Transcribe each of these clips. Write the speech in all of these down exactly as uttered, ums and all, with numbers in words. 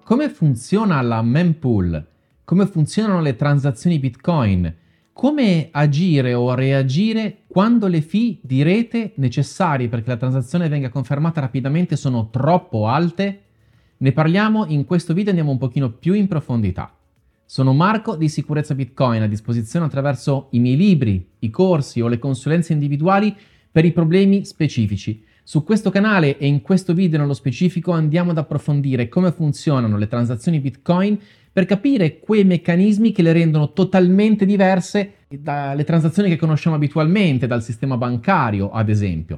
Come funziona la mempool? Come funzionano le transazioni Bitcoin? Come agire o reagire quando le fee di rete necessarie perché la transazione venga confermata rapidamente sono troppo alte? Ne parliamo in questo video, andiamo un pochino più in profondità. Sono Marco di Sicurezza Bitcoin, a disposizione attraverso i miei libri, i corsi o le consulenze individuali per i problemi specifici. Su questo canale e in questo video nello specifico andiamo ad approfondire come funzionano le transazioni Bitcoin per capire quei meccanismi che le rendono totalmente diverse dalle transazioni che conosciamo abitualmente, dal sistema bancario ad esempio.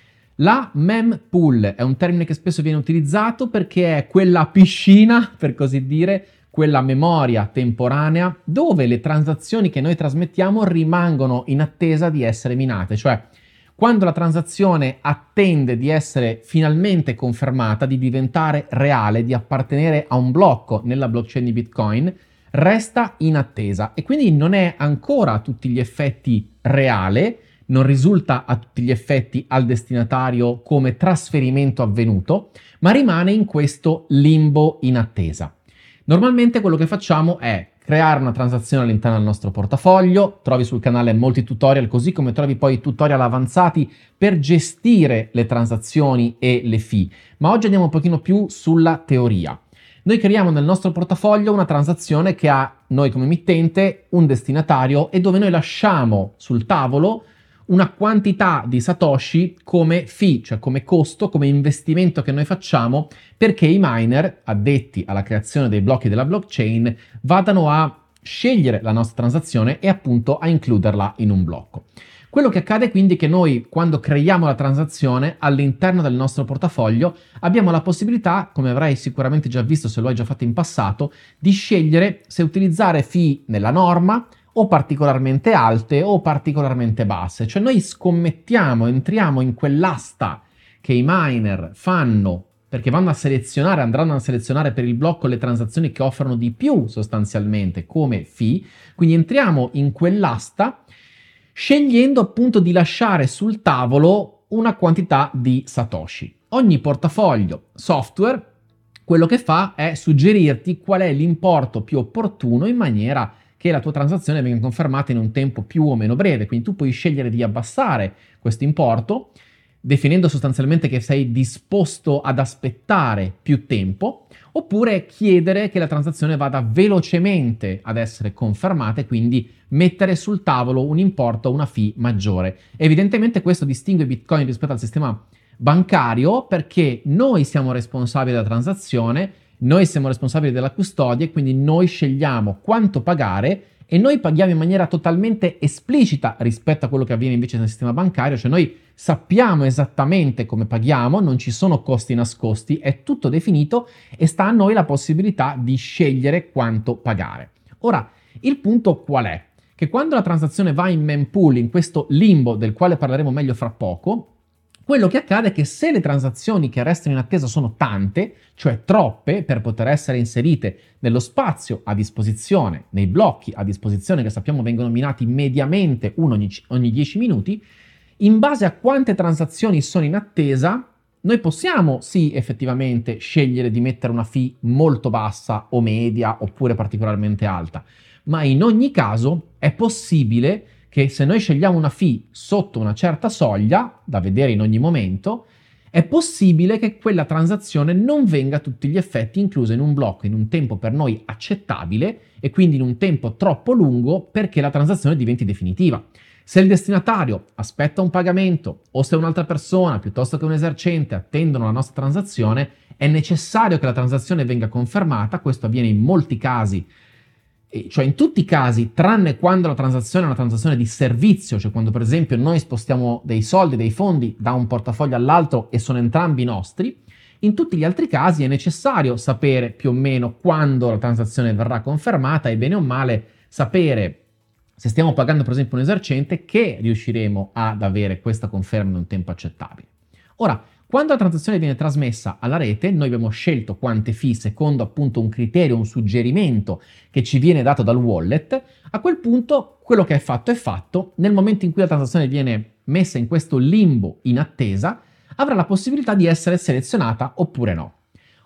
La mempool è un termine che spesso viene utilizzato perché è quella piscina, per così dire, quella memoria temporanea dove le transazioni che noi trasmettiamo rimangono in attesa di essere minate, cioè quando la transazione attende di essere finalmente confermata, di diventare reale, di appartenere a un blocco nella blockchain di Bitcoin, resta in attesa e quindi non è ancora a tutti gli effetti reale, non risulta a tutti gli effetti al destinatario come trasferimento avvenuto, ma rimane in questo limbo in attesa. Normalmente quello che facciamo è creare una transazione all'interno del nostro portafoglio, trovi sul canale molti tutorial, così come trovi poi tutorial avanzati per gestire le transazioni e le fee. Ma oggi andiamo un pochino più sulla teoria. Noi creiamo nel nostro portafoglio una transazione che ha, noi come emittente, un destinatario e dove noi lasciamo sul tavolo una quantità di satoshi come fee, cioè come costo, come investimento che noi facciamo perché i miner, addetti alla creazione dei blocchi della blockchain, vadano a scegliere la nostra transazione e appunto a includerla in un blocco. Quello che accade quindi è che noi, quando creiamo la transazione all'interno del nostro portafoglio, abbiamo la possibilità, come avrai sicuramente già visto se lo hai già fatto in passato, di scegliere se utilizzare fee nella norma o particolarmente alte o particolarmente basse. Cioè noi scommettiamo, entriamo in quell'asta che i miner fanno perché vanno a selezionare, andranno a selezionare per il blocco le transazioni che offrono di più sostanzialmente come fee, quindi entriamo in quell'asta scegliendo appunto di lasciare sul tavolo una quantità di satoshi. Ogni portafoglio software quello che fa è suggerirti qual è l'importo più opportuno in maniera che la tua transazione venga confermata in un tempo più o meno breve. Quindi tu puoi scegliere di abbassare questo importo, definendo sostanzialmente che sei disposto ad aspettare più tempo, oppure chiedere che la transazione vada velocemente ad essere confermata e quindi mettere sul tavolo un importo, una fee maggiore. Evidentemente questo distingue Bitcoin rispetto al sistema bancario perché noi siamo responsabili della transazione, noi siamo responsabili della custodia e quindi noi scegliamo quanto pagare e noi paghiamo in maniera totalmente esplicita rispetto a quello che avviene invece nel sistema bancario, cioè noi sappiamo esattamente come paghiamo, non ci sono costi nascosti, è tutto definito e sta a noi la possibilità di scegliere quanto pagare. Ora, il punto qual è? Che quando la transazione va in mempool, in questo limbo del quale parleremo meglio fra poco, quello che accade è che se le transazioni che restano in attesa sono tante, cioè troppe per poter essere inserite nello spazio a disposizione, nei blocchi a disposizione che sappiamo vengono minati mediamente uno ogni, ogni dieci minuti, in base a quante transazioni sono in attesa, noi possiamo sì effettivamente scegliere di mettere una fee molto bassa o media oppure particolarmente alta, ma in ogni caso è possibile che se noi scegliamo una fee sotto una certa soglia, da vedere in ogni momento, è possibile che quella transazione non venga a tutti gli effetti inclusa in un blocco in un tempo per noi accettabile e quindi in un tempo troppo lungo perché la transazione diventi definitiva. Se il destinatario aspetta un pagamento o se un'altra persona piuttosto che un esercente attendono la nostra transazione, è necessario che la transazione venga confermata. Questo avviene in molti casi, cioè in tutti i casi, tranne quando la transazione è una transazione di servizio, cioè quando per esempio noi spostiamo dei soldi, dei fondi da un portafoglio all'altro e sono entrambi nostri. In tutti gli altri casi è necessario sapere più o meno quando la transazione verrà confermata e bene o male sapere se stiamo pagando per esempio un esercente che riusciremo ad avere questa conferma in un tempo accettabile. Ora, quando la transazione viene trasmessa alla rete, noi abbiamo scelto quante fee secondo appunto un criterio, un suggerimento che ci viene dato dal wallet. A quel punto quello che è fatto è fatto. Nel momento in cui la transazione viene messa in questo limbo in attesa, avrà la possibilità di essere selezionata oppure no.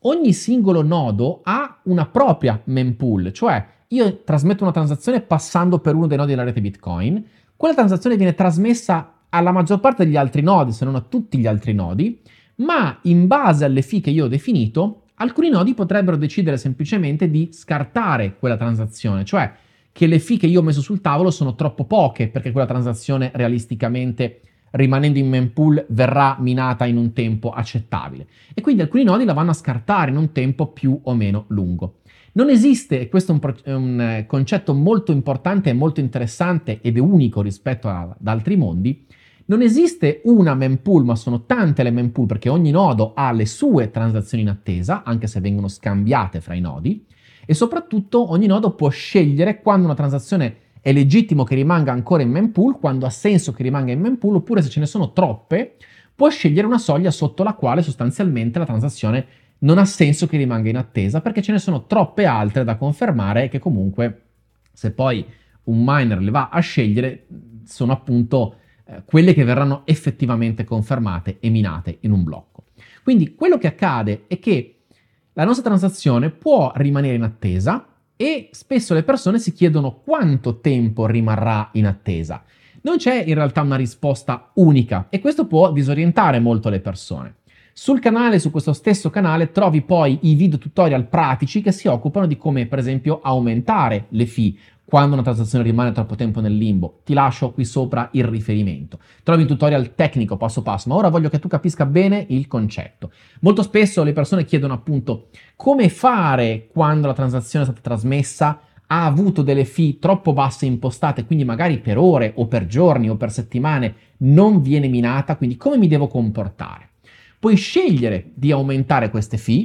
ogni singolo nodo ha una propria mempool, cioè io trasmetto una transazione passando per uno dei nodi della rete Bitcoin, quella transazione viene trasmessa alla maggior parte degli altri nodi, se non a tutti gli altri nodi, ma in base alle fee che io ho definito, alcuni nodi potrebbero decidere semplicemente di scartare quella transazione, cioè che le fee che io ho messo sul tavolo sono troppo poche perché quella transazione realisticamente, rimanendo in mempool, verrà minata in un tempo accettabile. E quindi alcuni nodi la vanno a scartare in un tempo più o meno lungo. Non esiste, e questo è un, pro- è un concetto molto importante e molto interessante ed è unico rispetto a, ad altri mondi, non esiste una mempool, ma sono tante le mempool perché ogni nodo ha le sue transazioni in attesa, anche se vengono scambiate fra i nodi, e soprattutto ogni nodo può scegliere quando una transazione è legittimo che rimanga ancora in mempool, quando ha senso che rimanga in mempool, oppure se ce ne sono troppe, può scegliere una soglia sotto la quale sostanzialmente la transazione non ha senso che rimanga in attesa, perché ce ne sono troppe altre da confermare e che comunque, se poi un miner le va a scegliere, sono appunto eh, quelle che verranno effettivamente confermate e minate in un blocco. Quindi quello che accade è che la nostra transazione può rimanere in attesa e spesso le persone si chiedono quanto tempo rimarrà in attesa. Non c'è in realtà una risposta unica e questo può disorientare molto le persone. Sul canale, su questo stesso canale, trovi poi i video tutorial pratici che si occupano di come, per esempio, aumentare le fee quando una transazione rimane troppo tempo nel limbo. Ti lascio qui sopra il riferimento. Trovi un tutorial tecnico passo passo, ma ora voglio che tu capisca bene il concetto. Molto spesso le persone chiedono appunto come fare quando la transazione è stata trasmessa, ha avuto delle fee troppo basse impostate, quindi magari per ore o per giorni o per settimane non viene minata, quindi come mi devo comportare? Puoi scegliere di aumentare queste fee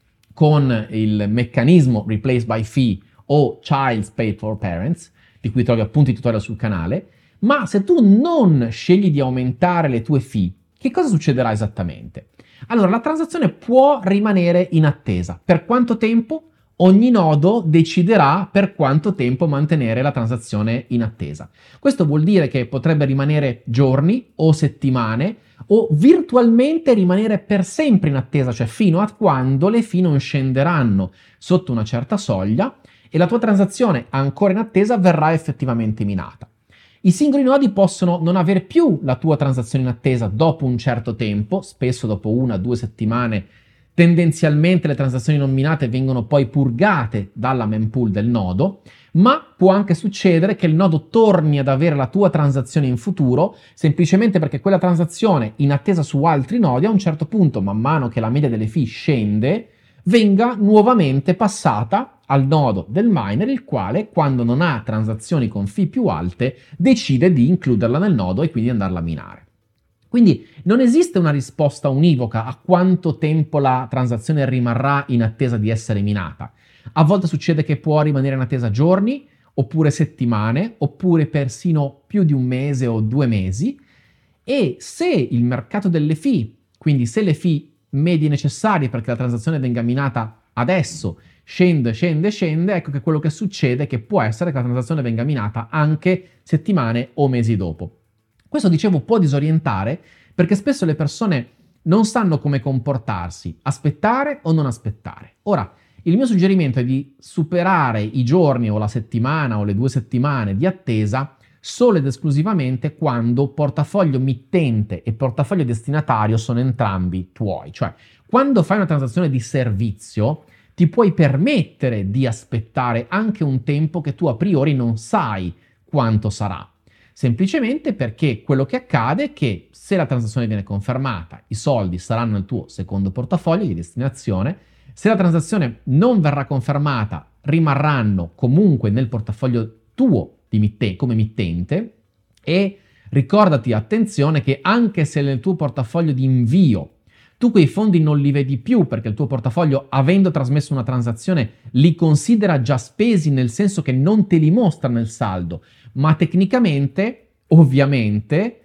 con il meccanismo Replace by Fee o Child's Paid for Parents, di cui trovi appunto i tutorial sul canale, ma se tu non scegli di aumentare le tue fee, che cosa succederà esattamente? Allora, la transazione può rimanere in attesa. Per quanto tempo? Ogni nodo deciderà per quanto tempo mantenere la transazione in attesa. Questo vuol dire che potrebbe rimanere giorni o settimane o virtualmente rimanere per sempre in attesa, cioè fino a quando le fee non scenderanno sotto una certa soglia e la tua transazione ancora in attesa verrà effettivamente minata. I singoli nodi possono non avere più la tua transazione in attesa dopo un certo tempo, spesso dopo una o due settimane. Tendenzialmente le transazioni non minate vengono poi purgate dalla mempool del nodo, ma può anche succedere che il nodo torni ad avere la tua transazione in futuro, semplicemente perché quella transazione in attesa su altri nodi a un certo punto, man mano che la media delle fee scende, venga nuovamente passata al nodo del miner, il quale, quando non ha transazioni con fee più alte, decide di includerla nel nodo e quindi andarla a minare. Quindi non esiste una risposta univoca a quanto tempo la transazione rimarrà in attesa di essere minata. A volte succede che può rimanere in attesa giorni, oppure settimane, oppure persino più di un mese o due mesi. E se il mercato delle fee, quindi se le fee medie necessarie perché la transazione venga minata adesso, scende, scende, scende, ecco che quello che succede è che può essere che la transazione venga minata anche settimane o mesi dopo. Questo, dicevo, può disorientare perché spesso le persone non sanno come comportarsi, aspettare o non aspettare. Ora, il mio suggerimento è di superare i giorni o la settimana o le due settimane di attesa solo ed esclusivamente quando portafoglio mittente e portafoglio destinatario sono entrambi tuoi. Cioè, quando fai una transazione di servizio, ti puoi permettere di aspettare anche un tempo che tu a priori non sai quanto sarà. Semplicemente perché quello che accade è che se la transazione viene confermata, i soldi saranno nel tuo secondo portafoglio di destinazione. Se la transazione non verrà confermata, rimarranno comunque nel portafoglio tuo di mitte- come mittente. E ricordati, attenzione, che anche se nel tuo portafoglio di invio tu quei fondi non li vedi più perché il tuo portafoglio, avendo trasmesso una transazione, li considera già spesi, nel senso che non te li mostra nel saldo, ma tecnicamente, ovviamente,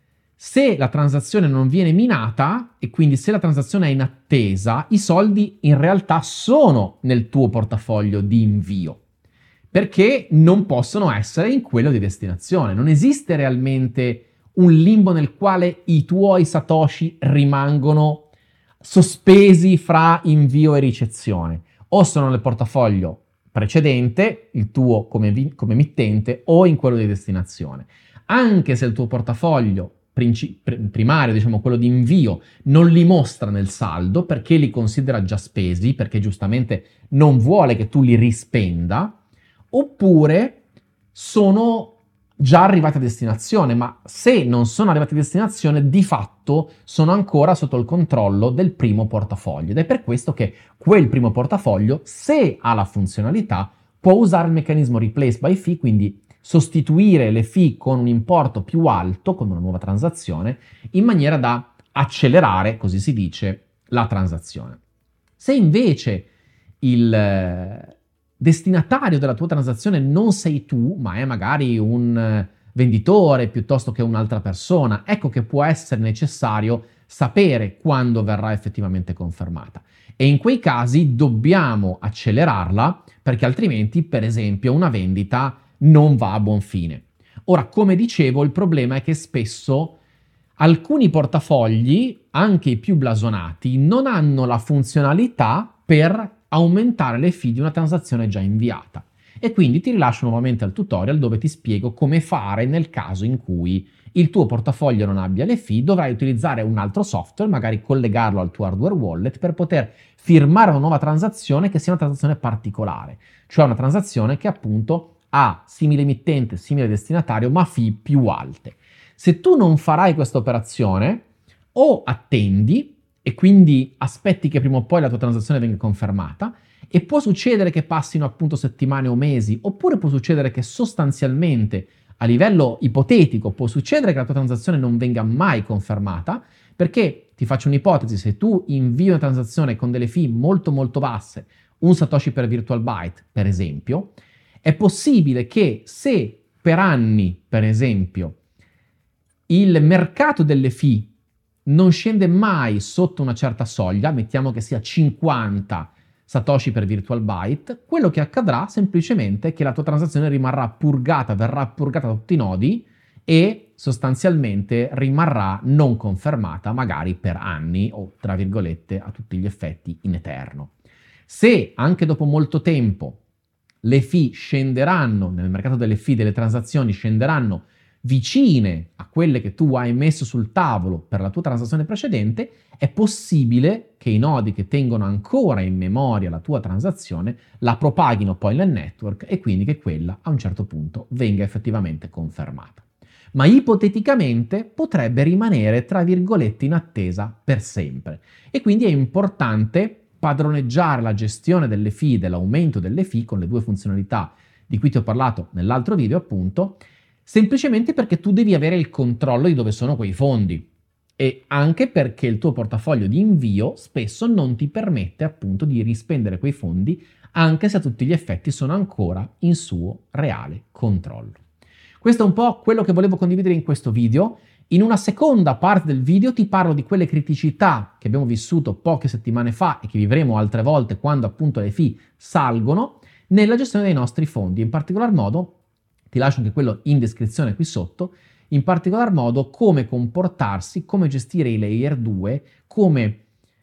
se la transazione non viene minata e quindi se la transazione è in attesa, i soldi in realtà sono nel tuo portafoglio di invio, perché non possono essere in quello di destinazione. Non esiste realmente un limbo nel quale i tuoi satoshi rimangono sospesi fra invio e ricezione, o sono nel portafoglio precedente, il tuo come, vi- come emittente, o in quello di destinazione. Anche se il tuo portafoglio princi- pr- primario, diciamo quello di invio, non li mostra nel saldo perché li considera già spesi, perché giustamente non vuole che tu li rispenda, oppure sono già arrivati a destinazione, ma se non sono arrivati a destinazione, di fatto sono ancora sotto il controllo del primo portafoglio. Ed è per questo che quel primo portafoglio, se ha la funzionalità, può usare il meccanismo replace by fee, quindi sostituire le fee con un importo più alto, con una nuova transazione, in maniera da accelerare, così si dice, la transazione. Se invece il eh, destinatario della tua transazione non sei tu, ma è magari un eh, venditore piuttosto che un'altra persona, ecco che può essere necessario sapere quando verrà effettivamente confermata. E in quei casi dobbiamo accelerarla perché altrimenti, per esempio, una vendita non va a buon fine. Ora, come dicevo, il problema è che spesso alcuni portafogli, anche i più blasonati, non hanno la funzionalità per aumentare le fee di una transazione già inviata. E quindi ti rilascio nuovamente al tutorial dove ti spiego come fare nel caso in cui il tuo portafoglio non abbia le fee, dovrai utilizzare un altro software, magari collegarlo al tuo hardware wallet per poter firmare una nuova transazione che sia una transazione particolare, cioè una transazione che appunto ha simile emittente, simile destinatario, ma fee più alte. Se tu non farai questa operazione, o attendi e quindi aspetti che prima o poi la tua transazione venga confermata, e può succedere che passino appunto settimane o mesi, oppure può succedere che sostanzialmente a livello ipotetico può succedere che la tua transazione non venga mai confermata, perché ti faccio un'ipotesi: se tu invii una transazione con delle fee molto molto basse, un Satoshi per virtual byte per esempio, è possibile che se per anni, per esempio, il mercato delle fee non scende mai sotto una certa soglia, mettiamo che sia cinquanta Satoshi per virtual byte, quello che accadrà semplicemente è che la tua transazione rimarrà purgata, verrà purgata da tutti i nodi e sostanzialmente rimarrà non confermata magari per anni o tra virgolette a tutti gli effetti in eterno. Se anche dopo molto tempo le fee scenderanno, nel mercato delle fee delle transazioni scenderanno vicine a quelle che tu hai messo sul tavolo per la tua transazione precedente, è possibile che i nodi che tengono ancora in memoria la tua transazione la propaghino poi nel network e quindi che quella a un certo punto venga effettivamente confermata. Ma ipoteticamente potrebbe rimanere tra virgolette in attesa per sempre e quindi è importante padroneggiare la gestione delle fee, dell'aumento delle fee con le due funzionalità di cui ti ho parlato nell'altro video appunto, semplicemente perché tu devi avere il controllo di dove sono quei fondi e anche perché il tuo portafoglio di invio spesso non ti permette appunto di rispendere quei fondi anche se a tutti gli effetti sono ancora in suo reale controllo. Questo è un po' quello che volevo condividere in questo video. In una seconda parte del video ti parlo di quelle criticità che abbiamo vissuto poche settimane fa e che vivremo altre volte quando appunto le fee salgono nella gestione dei nostri fondi. In particolar modo ti lascio anche quello in descrizione qui sotto, in particolar modo come comportarsi, come gestire i layer due, come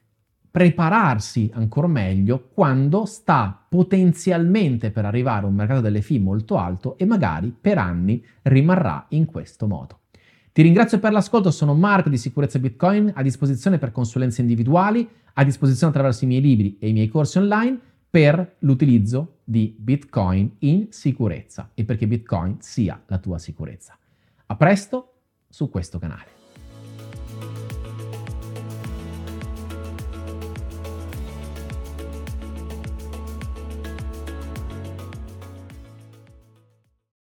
prepararsi ancora meglio quando sta potenzialmente per arrivare a un mercato delle fee molto alto e magari per anni rimarrà in questo modo. Ti ringrazio per l'ascolto, sono Marco di Sicurezza Bitcoin, a disposizione per consulenze individuali, a disposizione attraverso i miei libri e i miei corsi online, per l'utilizzo di Bitcoin in sicurezza e perché Bitcoin sia la tua sicurezza. A presto su questo canale.